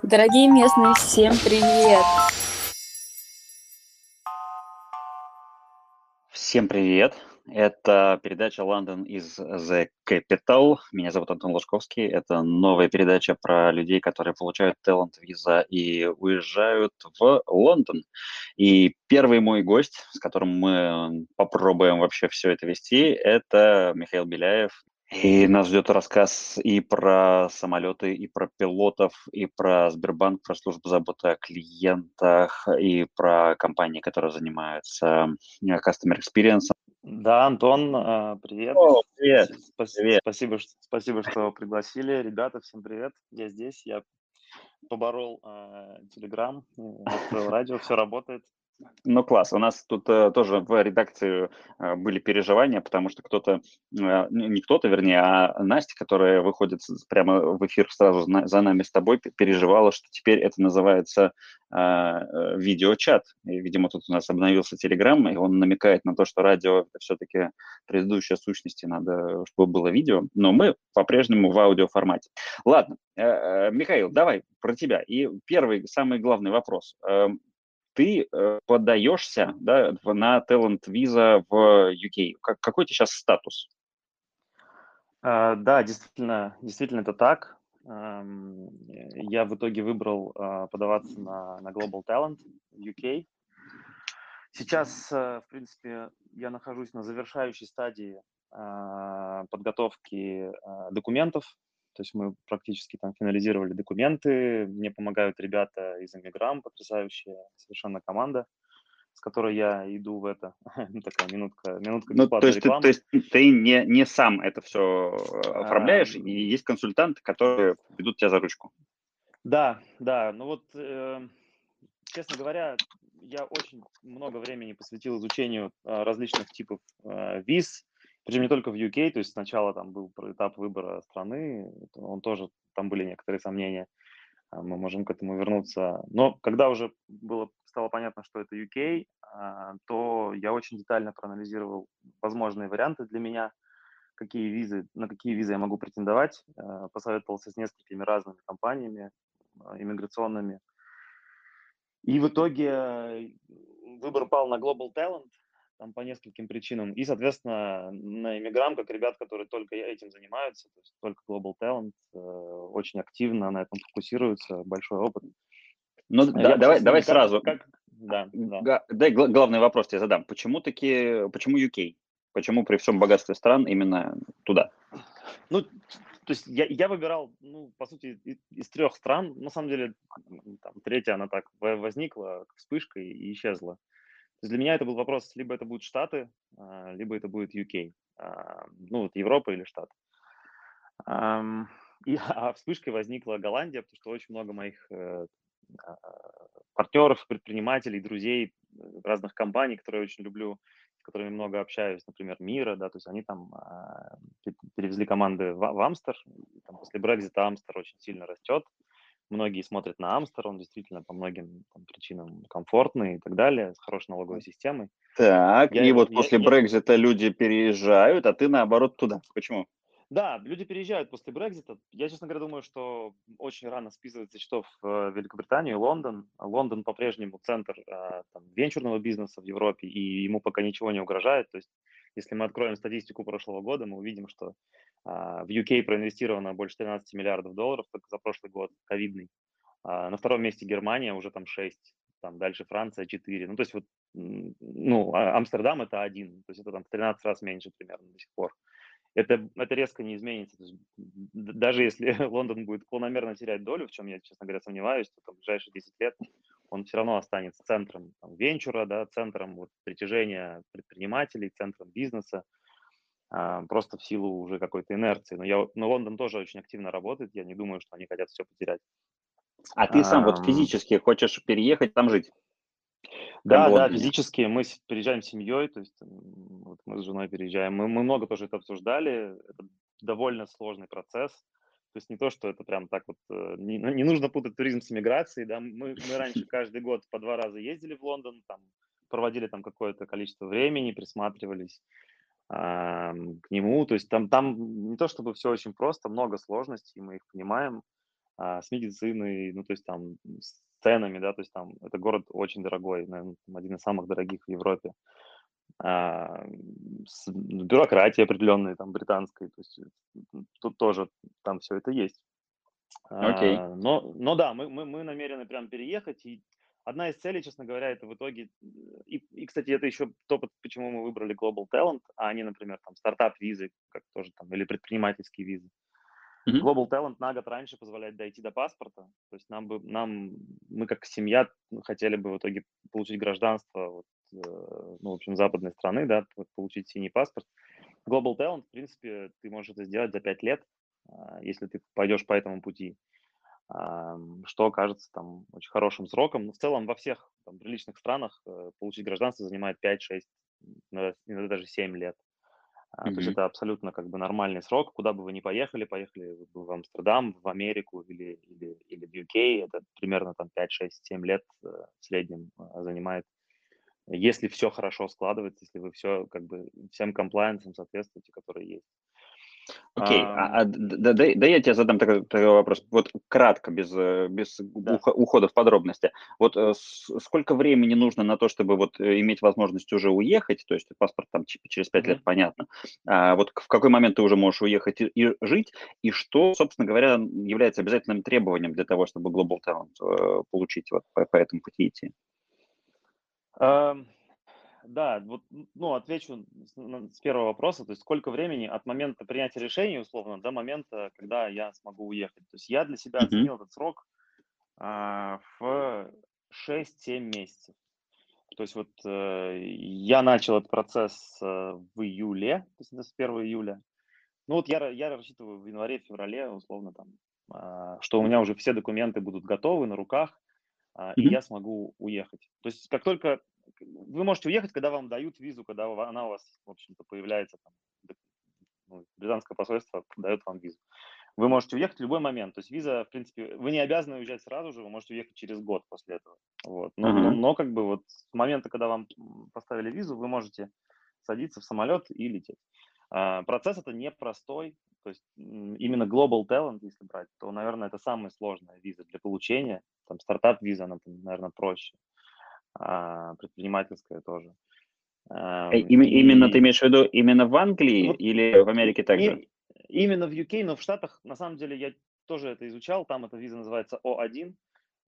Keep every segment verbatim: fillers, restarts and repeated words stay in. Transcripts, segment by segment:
Дорогие местные, всем привет! Всем привет! Это передача London is the Capital. Меня зовут Антон Лужковский. Это новая передача про людей, которые получают талант-виза и уезжают в Лондон. И первый мой гость, с которым мы попробуем вообще все это вести, это Михаил Беляев. И нас ждет рассказ и про самолеты, и про пилотов, и про Сбербанк, про службу заботы о клиентах, и про компании, которые занимаются э, customer experience. Да, Антон, а, привет. О, привет, С- спас- привет. Спасибо, ш- спасибо, что пригласили. Ребята, всем привет. Я здесь, я поборол Телеграм, настроил радио, все работает. Ну, класс. У нас тут э, тоже в редакции э, были переживания, потому что кто-то, э, не не кто-то, вернее, а Настя, которая выходит с- прямо в эфир сразу за на- за нами с тобой, п- переживала, что теперь это называется э, э, видеочат. И, видимо, тут у нас обновился Телеграм, и он намекает на то, что радио это все-таки предыдущая сущность, и надо, чтобы было видео. Но мы по-прежнему в аудиоформате. Ладно, э, э, Михаил, давай про тебя. И первый, самый главный вопрос. Эм, ты э, подаешься, да, в- на Talent Visa в ю кей. Как, какой у тебя сейчас статус? А, Да, действительно, действительно это так. Ам, Я в итоге выбрал а, подаваться на, на Global Talent в ю кей. Сейчас, э, в принципе, я нахожусь на завершающей стадии а, подготовки а, документов. То есть мы практически там финализировали документы. Мне помогают ребята из Эмиграм, потрясающая совершенно команда, с которой я иду в это. Такая минутка, минутка Ну, то бесплатной есть ты, то рекламы. есть ты не, не сам это все оформляешь, и Ам, есть консультанты, которые ведут тебя за ручку. Да, да, ну вот, э, честно говоря, я очень много времени посвятил изучению а, различных типов а, виз, причем не только в ю кей, то есть сначала там был про этап выбора страны, это он тоже, там были некоторые сомнения, а, мы можем к этому вернуться. Но когда уже было, стало понятно, что это ю кей, а, то я очень детально проанализировал возможные варианты для меня, какие визы, на какие визы я могу претендовать, а, посоветовался с несколькими разными компаниями а, иммиграционными, и в итоге э, выбор пал на Global Talent, там по нескольким причинам. И, соответственно, на Immigram, как ребят, которые только этим занимаются, то есть только Global Talent, э, очень активно на этом фокусируются, большой опыт. Ну, Э, Я да, пошел давай, с ними, давай как, сразу. как, да, да. Га- Дай гла- главный вопрос тебе задам. Почему таки, почему ю кей? Почему при всем богатстве стран именно туда? Ну, то есть я, я выбирал, ну, по сути, и- из трех стран. На самом деле, м, там, третья, она так во- возникла, как вспышка и и исчезла. То есть для меня это был вопрос, либо это будут Штаты, а, либо это будет ю кей, а, ну, вот Европа или Штаты. Ам, И, а вспышкой возникла Голландия, потому что очень много моих э, а, партнеров, предпринимателей, друзей э, разных компаний, которые я очень люблю, с которыми много общаюсь, например, Мира, да, то есть они там а, пе- перевезли команды в, в Амстер, и там после Брекзита Амстер очень сильно растет, многие смотрят на Амстер, он действительно по многим там, причинам комфортный и так далее, с хорошей налоговой системой. Так, Я и его, вот я, после я, Брекзита люди переезжают, а ты наоборот туда. Почему? Да, люди переезжают после Брексита. Я, честно говоря, думаю, что очень рано списывать со счетов э, Великобританию и Лондон. Лондон по-прежнему центр э, там, венчурного бизнеса в Европе, и ему пока ничего не угрожает. То есть, если мы откроем статистику прошлого года, мы увидим, что а, в ю кей проинвестировано больше тринадцати миллиардов долларов только за прошлый год, ковидный. А, на втором месте Германия, уже там шесть, там дальше Франция четыре. Ну, то есть вот, м, ну, а Амстердам это один, то есть это там в тринадцать раз меньше примерно до сих пор. Это, это резко не изменится. То есть, д- даже если Лондон будет планомерно терять долю, в чем я, честно говоря, сомневаюсь, то там, в ближайшие десять лет он все равно останется центром там, венчура, да, центром вот, притяжения предпринимателей, центром бизнеса, а, просто в силу уже какой-то инерции. Но, я, вот- но Лондон тоже очень активно работает, я не думаю, что они хотят все потерять. А ты сам вот Ам, физически хочешь переехать там жить, прям в Да, да, Лондоне? физически мы с- переезжаем с семьей, то есть м, вот мы с женой переезжаем. Мы, мы много тоже это обсуждали. Это довольно сложный процесс. То есть не то, что это прям так вот, э, не, ну, не нужно путать туризм с миграцией, да. Мы, мы раньше каждый год по два раза ездили в Лондон, там, проводили там какое-то количество времени, присматривались ам, к нему. То есть там, там не то, чтобы все очень просто, много сложностей, мы их понимаем. а, с медициной, ну, то есть там с ценами, да, то есть там это город очень дорогой, наверно, один из самых дорогих в Европе. А, м, с бюрократией определенной там британской, то есть, м, тут тоже там все это есть. Окей. А, но но да, мы мы мы намерены прям переехать. И одна из целей, честно говоря, это в итоге, э, и и, кстати, это еще то, п почему мы выбрали Global Talent, а не, например, там стартап-визы, как тоже там, или предпринимательские визы. Мгм. Global Talent на год раньше позволяет дойти до паспорта. То есть нам бы нам мы как семья хотели бы в итоге получить гражданство вот, э, ну, в общем, западной страны, да, п получить синий паспорт. Global Talent, в принципе, ты можешь это сделать за пять лет, а, если ты пойдешь по этому пути. Ам, что кажется там очень хорошим сроком. Но в целом во всех там приличных странах, э, получить гражданство занимает пять-шесть, иногда иногда даже семь лет. А, то есть Мгм. это абсолютно как бы нормальный срок. Куда бы вы ни поехали, поехали вы бы в Амстердам, в Америку или или или в ю кей, это примерно там пять-шесть-семь лет, э, в среднем, а, занимает. Если все хорошо складывается, если вы все как бы всем комплаенсам соответствуете, которые есть. Окей, а, Ам, а д- д- дай, дай я тебе задам такой, такой вопрос. Вот кратко, без, э, без да. ухо- ухода в подробности. Вот э, с- сколько времени нужно на то, чтобы вот э, иметь возможность уже уехать? То есть паспорт там ч- через пять лет, Мгм. понятно. А вот к- в какой момент ты уже можешь уехать и, и жить? И что, собственно говоря, является обязательным требованием для того, чтобы Global Talent э, получить вот по, по этому пути идти? Ам, да, вот, н ну, отвечу с н с первого вопроса. То есть сколько времени от момента принятия решения, условно, до момента, когда я смогу уехать. То есть я для себя Мгм. оценил этот срок, а, в шесть-семь месяцев. То есть вот, э, я начал этот процесс, э, в июле, то есть это с первого июля. Ну вот я ра я рассчитываю в январе-феврале, условно, там, а, что у меня уже все документы будут готовы на руках, а, и Мгм. я смогу уехать. То есть как только к вы можете уехать, когда вам дают визу, когда ва она у вас, в общем-то, появляется там, д ну, британское посольство дает вам визу. Вы можете уехать в любой момент. То есть виза, в принципе, вы не обязаны уезжать сразу же, вы можете уехать через год после этого. Вот. Но, но, Ага. но как бы вот с момента, когда вам м, поставили визу, вы можете садиться в самолет и лететь. А, процесс это непростой. То есть м, именно Global Talent, если брать, то, наверное, это самая сложная виза для получения. Там стартап-виза, она, там, наверное, проще. А, предпринимательская тоже. Э, Ам, ими- Именно ты И имеешь в виду именно в Англии вот или в и Америке также? и именно в ю кей, но в Штатах, на самом деле, я тоже это изучал. Там эта виза называется о один,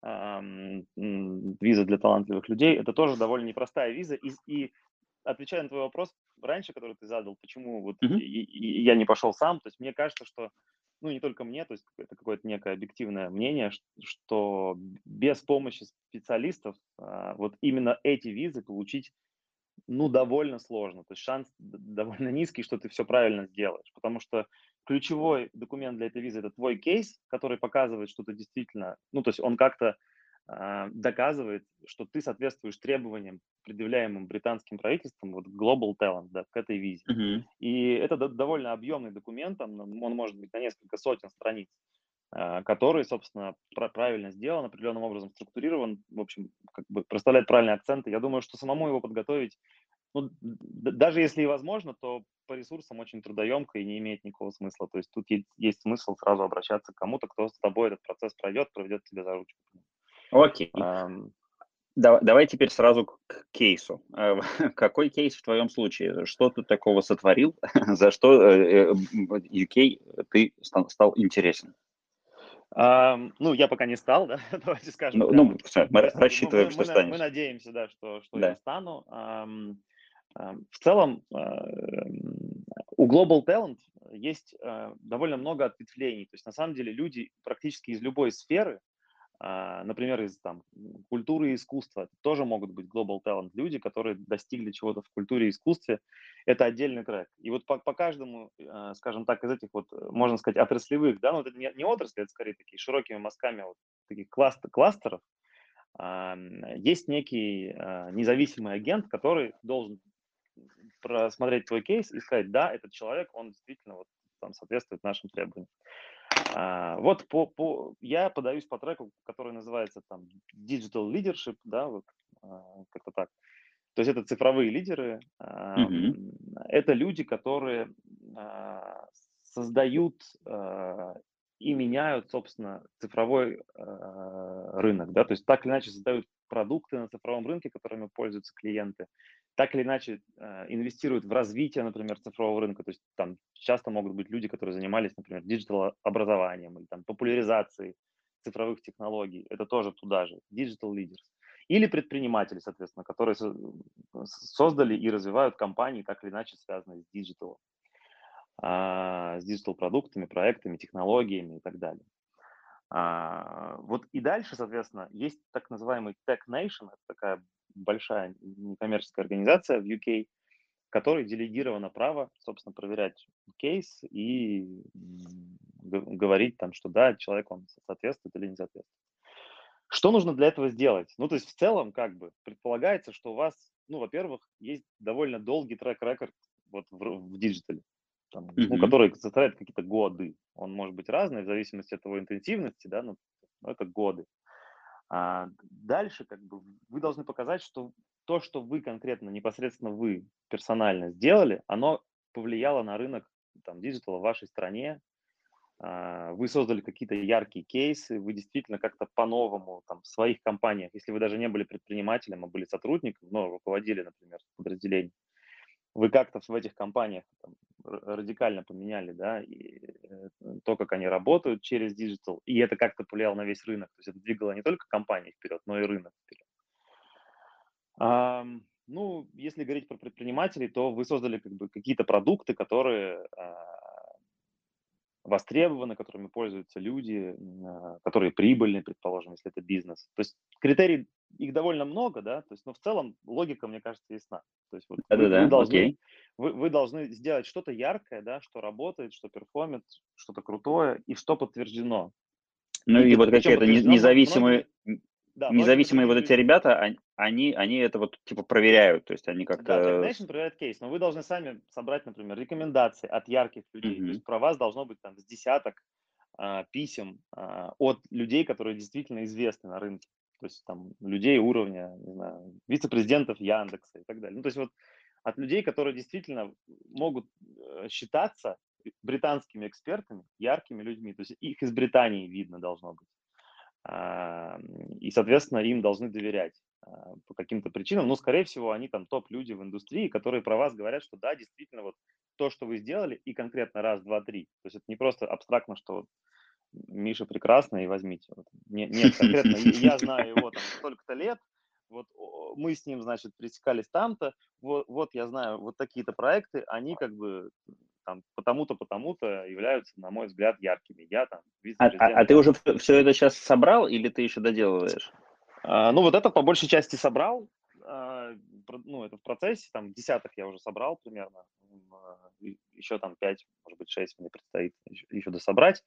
ам, м, виза для талантливых людей. Это тоже довольно непростая виза. И и отвечая на твой вопрос раньше, который ты задал, почему вот и Мгм. и и я не пошел сам. То есть мне кажется, что, ну, не только мне, то есть это какое-то некое объективное мнение, ш что без помощи специалистов, а, вот именно эти визы получить ну, довольно сложно. То есть шанс д довольно низкий, что ты все правильно сделаешь. Потому что ключевой документ для этой визы — это твой кейс, который показывает, что ты действительно ну, то есть он как-то, а, доказывает, что ты соответствуешь требованиям, предъявляемым британским правительством, вот Global Talent, да, к этой визе. Мгм. И это д довольно объемный документ, там, он он может быть на несколько сотен страниц, а, который, собственно, пра правильно сделан, определенным образом структурирован, в общем, как бы проставляет правильные акценты. Я думаю, что самому его подготовить ну, д даже если и возможно, то по ресурсам очень трудоемко и не имеет никакого смысла. То есть тут есть есть смысл сразу обращаться к кому-то, кто с тобой этот процесс пройдет, проведет тебя за ручку. Окей. Ам, Да, давай теперь сразу к к кейсу. Э, Какой кейс в твоем случае? Что ты такого сотворил, за что э, э, м, ю кей ты стал, стал интересен? ам, ну, я пока не стал, да, давайте скажем Ну, ну, прямо. всё, мы То ра- есть мы рассчитываем, мы что мы на мы станешь. надеемся, да, что что им Да. стану. Ам, ам, в целом, ам, у Global Talent есть, а, довольно много ответвлений. То есть на самом деле люди практически из любой сферы. А, например, из там м, культуры и искусства. Это тоже могут быть global talent люди, которые достигли чего-то в культуре и искусстве. Это отдельный трек. И вот по, по каждому, а, скажем так, из этих вот, э, можно сказать, отраслевых, да, ну вот это не, не отрасли, это скорее такие широкими мазками вот таких класт- кластеров, а, м, есть некий а, независимый агент, который должен просмотреть твой кейс и сказать, да, этот человек, он действительно вот там соответствует нашим требованиям. А, вот по, по, я подаюсь по треку, который называется там Digital Leadership, да, вот а, как-то так. То есть это цифровые лидеры, Мгм. ам, это люди, которые а, создают а, и меняют, собственно, цифровой э, рынок, да, то есть так или иначе создают продукты на цифровом рынке, которыми пользуются клиенты, так или иначе э, инвестируют в развитие, например, цифрового рынка, то есть там часто могут быть люди, которые занимались, например, диджитал-образованием или там популяризацией цифровых технологий, это тоже туда же, digital leaders. Или предприниматели, соответственно, которые со- создали и развивают компании, так или иначе связанные с диджиталом, а, с диджитал-продуктами, проектами, технологиями и так далее. А, вот и дальше, соответственно, есть так называемый Tech Nation, это такая большая некоммерческая организация в ю кей, которой делегировано право, собственно, проверять кейс и м, г- говорить там, что да, человек, он соответствует или не соответствует. Что нужно для этого сделать? Ну, то есть в целом, как бы, предполагается, что у вас, ну, во-первых, есть довольно долгий трек-рекорд вот в, р- в диджитале, там, ну, Мгм. который составляет какие-то годы. Он может быть разный в зависимости от его интенсивности, да, но но это годы. А дальше, как бы, вы должны показать, что то, что вы конкретно, непосредственно вы персонально сделали, оно повлияло на рынок там, диджитала в вашей стране, а, вы создали какие-то яркие кейсы, вы действительно как-то по-новому там, в своих компаниях, если вы даже не были предпринимателем, а были сотрудником, но руководили, например, подразделением, вы как-то в этих компаниях там, р- радикально поменяли, да, и э, то, как они работают через диджитал, и это как-то повлияло на весь рынок, то есть это двигало не только компании вперед, но и рынок вперед. Ам, ну, если говорить про предпринимателей, то вы создали как бы какие-то продукты, которые а, востребованы, которыми пользуются люди, м, а, которые прибыльны, предположим, если это бизнес. То есть критерий, их довольно много, да, то есть, но в целом логика, мне кажется, ясна. То есть вот вы, вы Да-да-да, должны, окей. вы, вы должны сделать что-то яркое, да, что работает, что перформит, что-то крутое и что подтверждено. Ну И и вот причем какие-то не- подтверждено мно- независимые, многими, да, многими независимые вот другими эти людьми. ребята, они, они они это вот типа проверяют, то есть они Да, Tech как-то... Nation проверяет кейс, но вы должны сами собрать, например, рекомендации от ярких людей. То Мгм. есть про вас должно быть там с десяток а, писем а, от людей, которые действительно известны на рынке. То есть там людей уровня, не знаю, вице-президентов Яндекса и так далее. Ну, то есть вот от людей, которые действительно могут э, считаться британскими экспертами, яркими людьми. То есть их из Британии видно должно быть. А, и, соответственно, им должны доверять а, по каким-то причинам. Но, скорее всего, они там топ-люди в индустрии, которые про вас говорят, что да, действительно, вот то, что вы сделали, и конкретно раз, два, три. То есть это не просто абстрактно, что вот Миша прекрасный, и возьмите. Вот. Не- Нет, конкретно и- я знаю его там столько-то лет, вот о, мы с ним, значит, пересекались там-то, вот, вот я знаю вот такие-то проекты, они как бы там потому-то, потому-то являются, на мой взгляд, яркими. Я там А, а, вице-президент а ты уже Яндекса. все это сейчас собрал или ты еще доделываешь? А, ну, вот это по большей части собрал. А, про- ну, это в процессе, там, десяток я уже собрал примерно. М, а, и еще там пять, может быть, шесть мне предстоит еще, еще дособрать.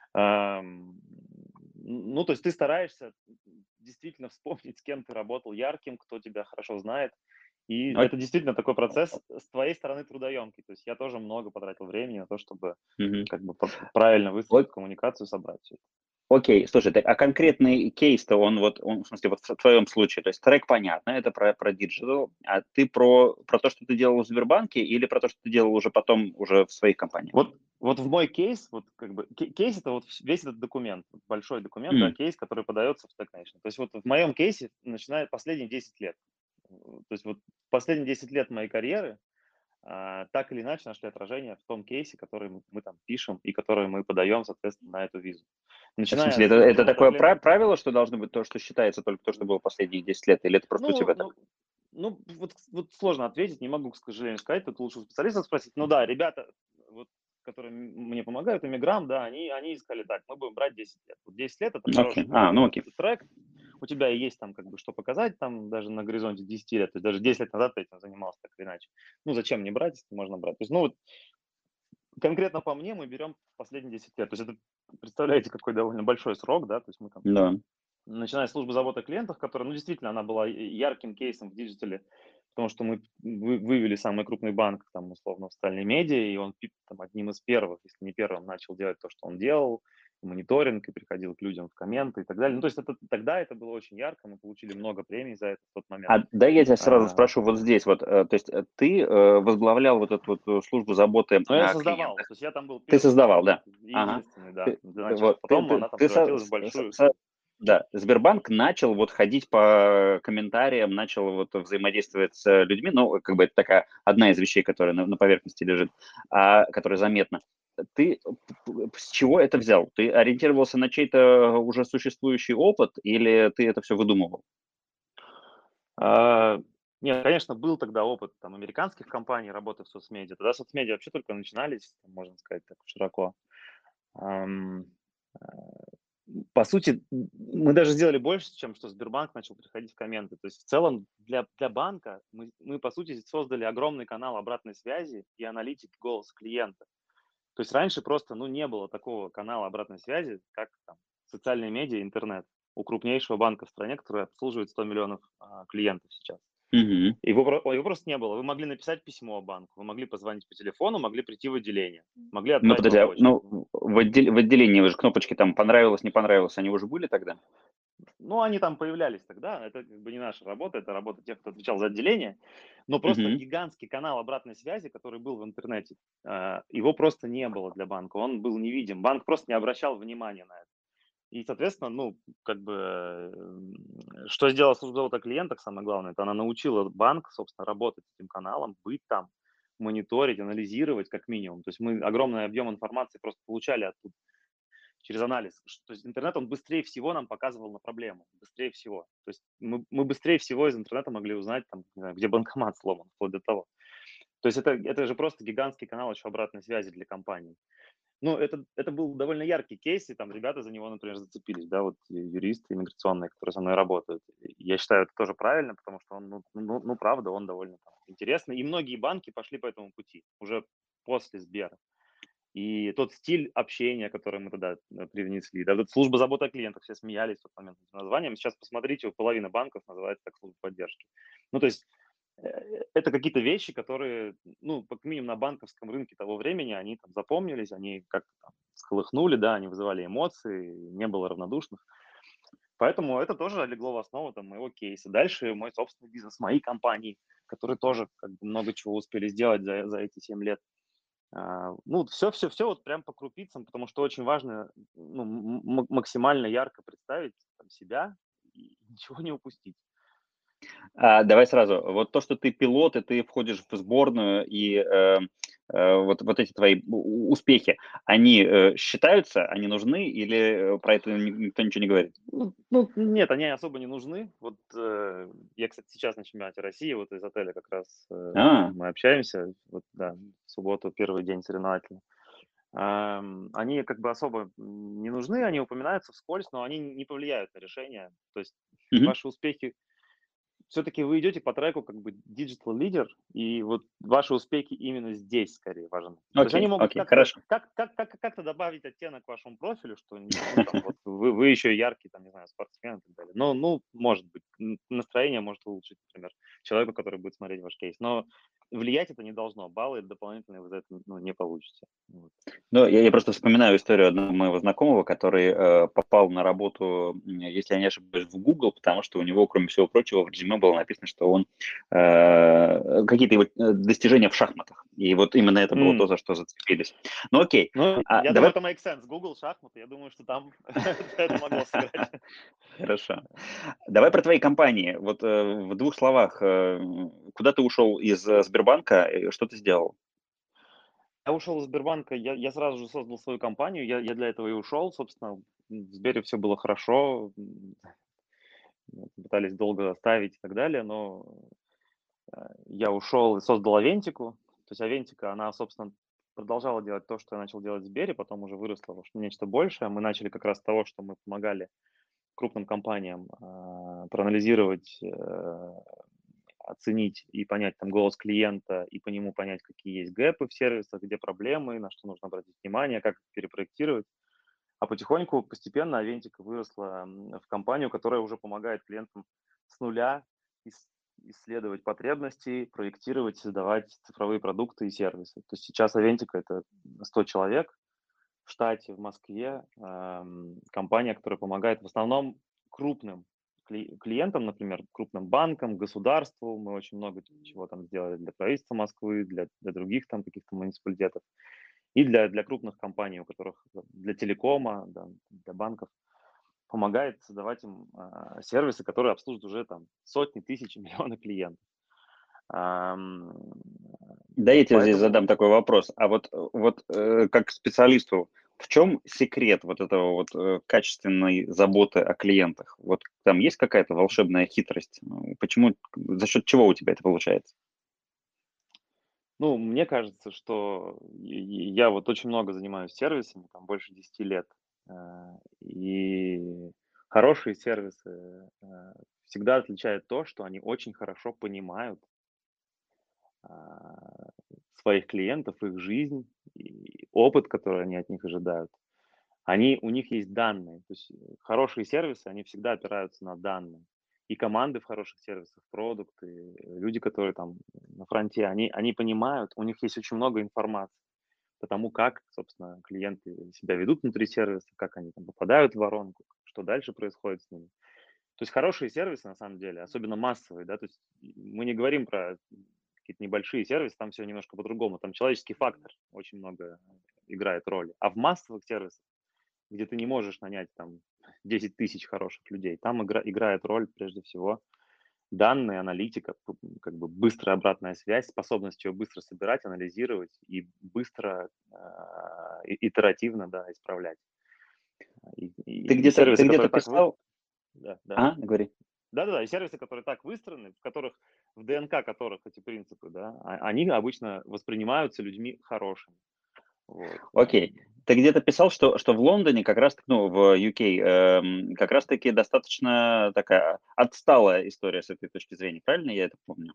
Ам, ну, то есть ты стараешься действительно вспомнить, с кем ты работал ярким, кто тебя хорошо знает. И Ок- это действительно такой процесс с твоей стороны трудоемкий. То есть я тоже много потратил времени на то, чтобы Мгм. как бы пр- правильно выстроить коммуникацию, собрать всё это. Окей, слушай, так, а конкретный кейс-то, он вот, он, в смысле, вот в твоем случае, то есть трек понятно, это про, про диджитал, а ты про, про то, что ты делал в Сбербанке или про то, что ты делал уже потом уже в своих компаниях? Вот, вот в мой кейс, вот как бы кей- кейс это вот вс- весь этот документ, вот большой документ, да, М, кейс, который подается в Technation. То есть вот в моем кейсе начиная последние десять лет. Э, То есть вот последние десять лет моей карьеры а, так или иначе нашли отражение в том кейсе, который мы мы там пишем и который мы подаем, соответственно, на эту визу. В Начиная смысле, от это, службы это заботы о такое клиентах. пра- правило, что должно быть то, что считается только то, что было последние десять лет, или это просто у Ну, тебя так? ну, ну вот, вот сложно ответить, не могу, к сожалению, сказать, тут лучше у специалиста спросить. Ну да, ребята, вот, которые м- мне помогают, иммигрант, да, они, они искали так, мы будем брать десять лет. Вот десять лет это Окей, хороший а, ну какой-то окей. трек, у тебя есть там как бы что показать, там даже на горизонте десяти лет, то есть даже десять лет назад ты этим занимался так или иначе. Ну зачем не брать, если можно брать? То есть, ну вот конкретно по мне мы берем последние десять лет. То есть это, представляете, какой довольно большой срок, да, то есть мы там, Да. начиная с службы заботы о клиентах, которая, ну, действительно, она была ярким кейсом в диджитале, потому что мы вы- вывели самый крупный банк, там, условно, в социальные медиа, и он пи- там, одним из первых, если не первым, начал делать то, что он делал, мониторинг и приходил к людям в комменты и так далее. Ну, то есть это, тогда это было очень ярко, мы получили много премий за это в тот момент. А да, я тебя сразу А, спрошу вот здесь вот, э, то есть э, ты э, возглавлял вот эту вот э, службу заботы но я о создавал, клиентах. то есть я там был Ты первый создавал, да? сотрудник и Ага. единственный, да, Ты, для ты начала. вот ты, Потом ты, она там ты со- превратилась в с- с- большую. со- да, Сбербанк начал вот ходить по комментариям, начал вот взаимодействовать с людьми, ну, как бы это такая одна из вещей, которая на, на поверхности лежит, а, которая заметна. Ты п- п- с чего это взял? Ты ориентировался на чей-то уже существующий опыт или ты это все выдумывал? А, Нет, конечно, был тогда опыт там американских компаний, работы в соцмедиа. Тогда соцмедиа вообще только начинались, там, можно сказать, так широко. Ам, а, По сути, м, мы даже сделали больше, чем что Сбербанк начал приходить в комменты. То есть в целом для, для банка мы, мы, по сути, создали огромный канал обратной связи и аналитики голоса клиента. То есть раньше просто ну, не было такого канала обратной связи, как там, социальные медиа, интернет у крупнейшего банка в стране, который обслуживает сто миллионов а, клиентов сейчас. Мгм. Его, про- его просто не было. Вы могли написать письмо банку, вы могли позвонить по телефону, могли прийти в отделение, могли Ну, отправить подожди, по а, почте. ну, в, отдел- в отделении вы же кнопочки там понравилось, не понравилось, они уже были тогда? Ну, они там появлялись тогда, это как бы не наша работа, это работа тех, кто отвечал за отделение, но просто Мгм. гигантский канал обратной связи, который был в интернете, а, его просто не было для банка, он был невидим, банк просто не обращал внимания на это. И, соответственно, ну, как бы, м, что сделала служба заботы о клиентах, самое главное, это она научила банк, собственно, работать с этим каналом, быть там, мониторить, анализировать как минимум. То есть мы огромный объем информации просто получали оттуда через анализ. Ш- То есть интернет, он быстрее всего нам показывал на проблему, быстрее всего. То есть мы, мы быстрее всего из интернета могли узнать, там, не знаю, где банкомат сломан, вплоть до того. То есть это, это же просто гигантский канал еще обратной связи для компании. Ну, это, это был довольно яркий кейс, и там ребята за него, например, зацепились, да, вот ю- юристы иммиграционные, которые со мной работают. И я считаю, это тоже правильно, потому что он, ну, ну, ну, правда, он довольно там интересный. И многие банки пошли по этому пути уже после Сбера. И тот стиль общения, который мы тогда э, привнесли, да, вот служба заботы о клиентах, все смеялись в тот момент этим названием. Сейчас посмотрите, у половины банков называется так служба поддержки. Ну, то есть э, это какие-то вещи, которые, ну, как минимум на банковском рынке того времени, они там запомнились, они как-то там всколыхнули, да, они вызывали эмоции, не было равнодушных. Поэтому это тоже легло в основу там, моего кейса. Дальше мой собственный бизнес, мои компании, которые тоже как бы много чего успели сделать за, за эти семь лет. А, ну, все, все, все вот прям по крупицам, потому что очень важно, ну, м- м- максимально ярко представить там себя и ничего не упустить. А, давай сразу. Вот то, что ты пилот, и ты входишь в сборную, и э, э, вот, вот эти твои у- успехи, они э, считаются, они нужны, или э, про это ни- никто ничего не говорит? Ну, ну, нет, они особо не нужны. Вот э, я, кстати, сейчас на чемпионате России, вот из отеля как раз э, А, мы общаемся, вот, да, в субботу, первый день соревновательный. Ам, Они как бы особо не нужны, они упоминаются вскользь, но они не повлияют на решение. То есть мгм. ваши успехи все-таки вы идете по треку как бы digital лидер, и вот ваши успехи именно здесь скорее важны. То есть они Окей, могут окей, как-то хорошо. как, как, как, как-то добавить оттенок вашему профилю, что ну, там, вот, вы, вы еще и яркий, там, не знаю, спортсмен и так далее. Но, ну, может быть, н- настроение может улучшить, например, человеку, который будет смотреть ваш кейс. Но влиять это не должно. Баллы дополнительные вы за это ну, не получите. Вот. Ну, я, я просто вспоминаю историю одного моего знакомого, который э, попал на работу, м, если я не ошибаюсь, в Google, потому что у него, кроме всего прочего, в резюме было написано, что он э, какие-то его э, достижения в шахматах. И вот именно это было то, М. за что зацепились. Ну, окей. Ну, А, я думаю, давай. это make sense. Google, шахматы, я думаю, что там это могло сыграть. Хорошо. Давай про твои компании. Вот э, в двух словах, э, куда ты ушел из э, Сбербанка, и что ты сделал? Я ушел из Сбербанка, я, я сразу же создал свою компанию, я, я для этого и ушел, собственно, в Сбере все было хорошо, м, вот, пытались долго оставить и так далее, но э, я ушел и создал Авентику, то есть Авентика, она, собственно, продолжала делать то, что я начал делать в Сбере, потом уже выросла во что- нечто большее. Мы начали как раз с того, что мы помогали крупным компаниям а, проанализировать, э, оценить и понять там голос клиента, и по нему понять, какие есть гэпы в сервисах, где проблемы, на что нужно обратить внимание, как их перепроектировать. А потихоньку, постепенно Авентика выросла м, в компанию, которая уже помогает клиентам с нуля ис- исследовать потребности, проектировать, создавать цифровые продукты и сервисы. То есть сейчас Авентика — это сто человек, в штате, в Москве, эм, компания, которая помогает в основном крупным кли- клиентам, например, крупным банкам, государству. Мы очень много чего там сделали для правительства Москвы, для, для других там каких-то муниципалитетов и для, для крупных компаний, у которых э, для телекома, да, для банков помогает создавать им а, сервисы, которые обслуживают уже там сотни, тысячи, миллионы клиентов. Ам, Да, я тебе здесь Поэтому, задам такой вопрос. А вот, э, вот э, как специалисту, в чем секрет вот этого вот э, качественной заботы о клиентах? Вот там есть какая-то волшебная хитрость? Ну, Почему, за счет чего у тебя это получается? ну, мне кажется, что и- и я вот очень много занимаюсь сервисами, там больше десяти лет, а, и хорошие сервисы а, всегда отличают то, что они очень хорошо понимают а, своих клиентов, их жизнь и опыт, который они от них ожидают. Они, у них есть данные. То есть э, хорошие сервисы, они всегда опираются на данные. И команды в хороших сервисах, продукты, э, люди, которые там на фронте, они, они понимают, у них есть очень много информации по тому, как, собственно, клиенты себя ведут внутри сервиса, как они там попадают в воронку, что дальше происходит с ними. То есть хорошие сервисы, на самом деле, особенно массовые, да, то есть мы не говорим про какие-то небольшие сервисы, там все немножко по-другому, там человеческий фактор очень много играет роли. А в массовых сервисах, где ты не можешь нанять там десять тысяч хороших людей, там игра, играет роль прежде всего данные, аналитика, п- как бы быстрая обратная связь, способность ее быстро собирать, анализировать и быстро, а, и- итеративно, да, исправлять. И, Ты и- и где-то, ты сервисы, где-то которые так вы... писал, Да, да. а, говори. Да-да-да, и сервисы, которые так выстроены, в которых, в ДНК которых эти принципы, да, а- они обычно воспринимаются людьми хорошими. Вот. Окей. эм. Ты где-то писал, что, что в Лондоне как раз, ну, в ю кей, эм, как раз-таки достаточно такая отсталая история с этой точки зрения. Правильно я это помню?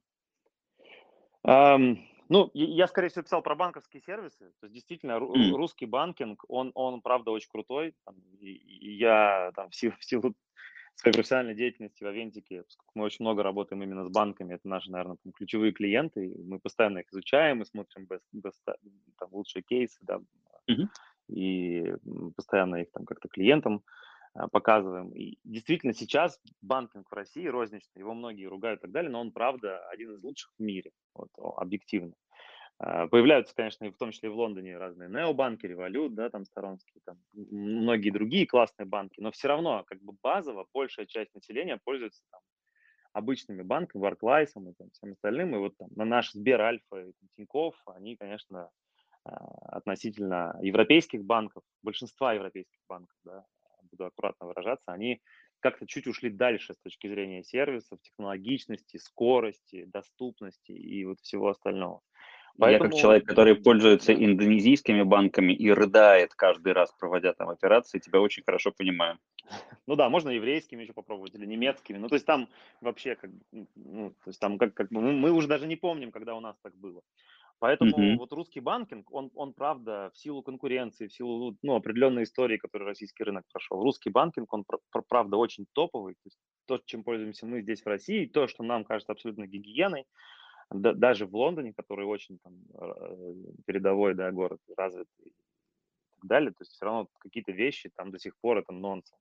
Ам, ну, и я, скорее всего, писал про банковские сервисы. То есть, действительно, ру- ру- М, русский банкинг, он, он, правда, очень крутой. Там, и, и я там в силу, в силу своей профессиональной деятельности в Авентике, поскольку мы очень много работаем именно с банками, это наши, наверное, там, ключевые клиенты, и мы постоянно их изучаем и смотрим best- best- там, лучшие кейсы, да, мгм. и м, постоянно их там как-то клиентам а, показываем. И действительно сейчас банкинг в России розничный, его многие ругают и так далее, но он, правда, один из лучших в мире, вот, о, объективно. А, Появляются, конечно, и в том числе и в Лондоне разные необанки, Revolut, да, там сторонские, там м- многие другие классные банки, но все равно как бы базово большая часть населения пользуется там обычными банками, Barclays и там, всем остальным. И вот там на наш Сбер, Альфа и там, Тинькофф, они, конечно, а, относительно европейских банков, большинства европейских банков, да, буду аккуратно выражаться, они как-то чуть ушли дальше с точки зрения сервисов, технологичности, скорости, доступности и вот всего остального. Я как Поэтому, человек, который пользуется да, индонезийскими банками и рыдает каждый раз, проводя там операции, тебя очень хорошо понимаю. ну да, можно еврейскими еще попробовать или немецкими. Ну, то есть там вообще как, бы, ну, то есть там как, как бы мы, мы уже даже не помним, когда у нас так было. Поэтому Мгм. вот русский банкинг, он, он правда в силу конкуренции, в силу ну, определенной истории, которую российский рынок прошел, русский банкинг, он пр- пр- правда очень топовый. То есть то, чем пользуемся мы здесь в России, то, что нам кажется абсолютно гигиеной, да- даже в Лондоне, который очень там э, передовой, да, город, развитый и так далее, то есть все равно какие-то вещи там до сих пор это нонсенс.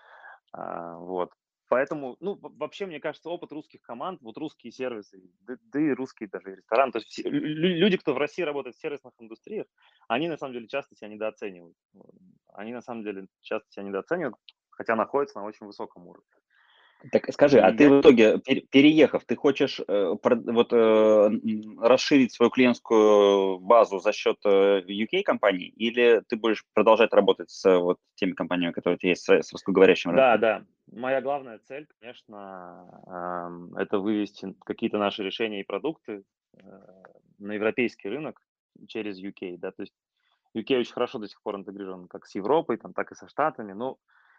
А, вот. Поэтому, ну, в- вообще, мне кажется, опыт русских команд, вот русские сервисы, да, да и русские даже рестораны, то есть все- лю- люди, кто в России работает в сервисных индустриях, они на самом деле часто себя недооценивают. Вот. Они на самом деле часто себя недооценивают, хотя находятся на очень высоком уровне. Так И скажи, а ты я, в итоге, пер- переехав, ты хочешь э, прод- вот, э, м, расширить свою клиентскую базу за счет э, ю кей компаний, или ты будешь продолжать работать с э, вот теми компаниями, которые у тебя есть, с, с русскоговорящим да, рынком? да, моя главная цель, конечно, ам, это вывести какие-то наши решения и продукты э, на европейский рынок через ю кей, да, то есть ю кей очень хорошо до сих пор интегрирован как с Европой, там, так и со Штатами. Но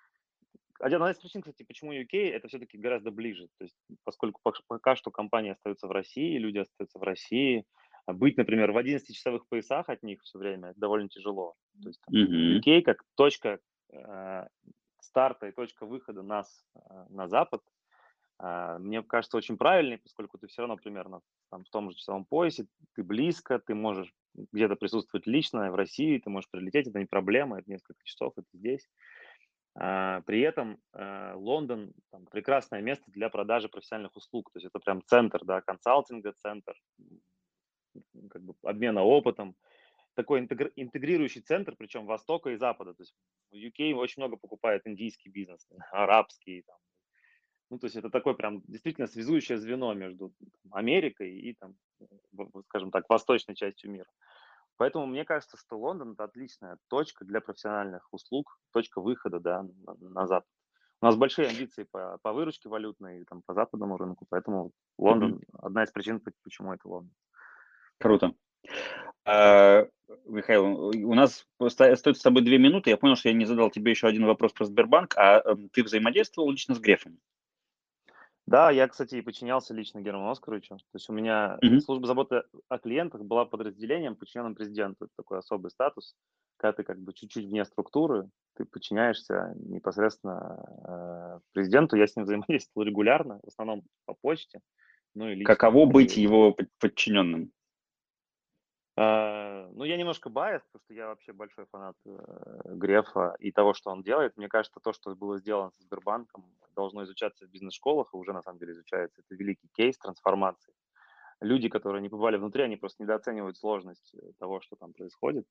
одна из причин, кстати, почему ю кей, это все-таки гораздо ближе. То есть, поскольку пок- пока что компании остаются в России, люди остаются в России, а быть, например, в одиннадцатичасовых поясах от них все время это довольно тяжело. То есть там, Мгм. ю кей как точка э, старта и точка выхода нас э, на Запад, а, мне кажется, очень правильный, поскольку ты все равно примерно там в том же часовом поясе, ты близко, ты можешь где-то присутствовать лично в России, ты можешь прилететь, это не проблема, это несколько часов, это здесь. А, при этом э, Лондон там, прекрасное место для продажи профессиональных услуг, то есть это прям центр, да, консалтинга, центр м, как бы обмена опытом, такой интегр- интегрирующий центр, причем Востока и Запада. То есть в ю кей очень много покупает индийский бизнес, арабский, там. Ну, то есть это такое прям действительно связующее звено между там, Америкой и, там, в- в, скажем так, восточной частью мира. Поэтому мне кажется, что Лондон это отличная точка для профессиональных услуг, точка выхода, да, на, на Запад. У нас большие амбиции по, по выручке валютной и там, по западному рынку, поэтому Мгм. Лондон одна из причин, по- почему это Лондон. Круто. А, Михаил, у нас оста- остается с тобой две минуты. Я понял, что я не задал тебе еще один вопрос про Сбербанк. А эм, ты взаимодействовал лично с Грефом? Да, я, кстати, и подчинялся лично Герману Оскаровичу. То есть у меня Мгм. служба заботы о клиентах была подразделением, подчиненным президенту. Это такой особый статус, когда ты как бы чуть-чуть вне структуры, ты подчиняешься непосредственно э, президенту. Я с ним взаимодействовал регулярно, в основном по почте, ну и лично. Каково быть И, его под- подчиненным? э, ну, я немножко байс, потому что я вообще большой фанат э, Грефа и того, что он делает. Мне кажется, то, что было сделано с Сбербанком, должно изучаться в бизнес-школах, и уже на самом деле изучается. Это великий кейс трансформации. Люди, которые не побывали внутри, они просто недооценивают сложность э, того, что там происходит.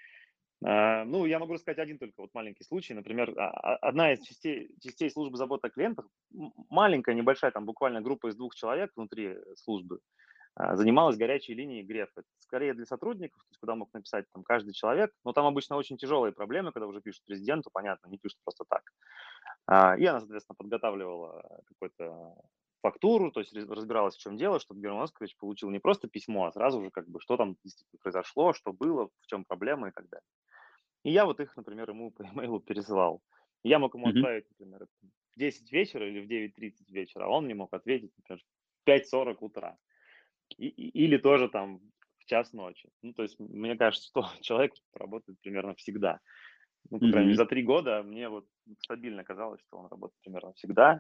А, Ну, я могу рассказать один только вот маленький случай. Например, а- а- одна из частей, частей службы заботы о клиентах, м- маленькая, небольшая, там буквально группа из двух человек внутри э, службы, а, занималась горячей линией Грефа. Это скорее для сотрудников, то есть куда мог написать там каждый человек, но там обычно очень тяжелые проблемы, когда уже пишут президенту, понятно, не пишут просто так. А, И она, соответственно, подготавливала какой-то фактуру, то есть раз- разбиралась, в чем дело, чтобы Герман Оскарович получил не просто письмо, а сразу же как бы, что там действительно произошло, что было, в чем проблема и так далее. И я вот их, например, ему по имейлу пересылал. И я мог ему Мгм. отправить, например, это в десять вечера или в девять тридцать вечера, а он мне мог ответить, например, в пять сорок утра. И- и- или тоже там в час ночи. Ну, то есть мне кажется, что человек работает примерно всегда. Ну, по крайней мере, Мгм. за три года мне вот стабильно казалось, что он работает примерно всегда.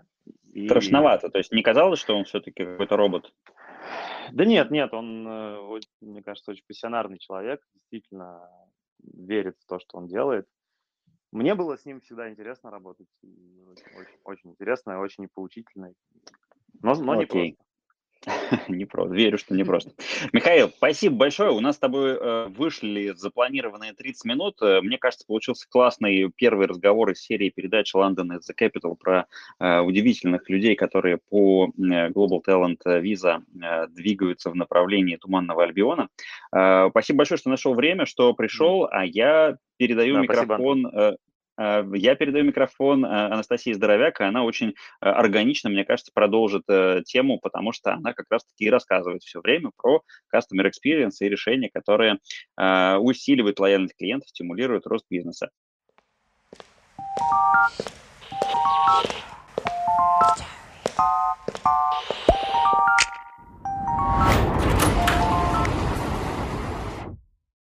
И Страшновато. То есть не казалось, что он все-таки какой-то робот? да нет, нет, он, э, о- мне кажется, очень пассионарный человек, действительно верит в то, что он делает. Мне было с ним всегда интересно работать, и очень, очень, очень интересно, и очень поучительно, но, но не Окей. просто. Непросто. Верю, что непросто. Михаил, спасибо большое. У нас с тобой э, вышли запланированные тридцать минут. Э, Мне кажется, получился классный первый разговор из серии передач London is the Capital про э, удивительных людей, которые по э, Global Talent Visa э, двигаются в направлении Туманного Альбиона. Э, спасибо большое, что нашел время, что Мгм. пришел, а я передаю Да, спасибо, Антон. микрофон э, э, я передаю микрофон э, Анастасии Здоровяк, и она очень э, органично, мне кажется, продолжит э, тему, потому что она как раз-таки и рассказывает все время про customer experience и решения, которые э, усиливают лояльность клиентов, стимулируют рост бизнеса.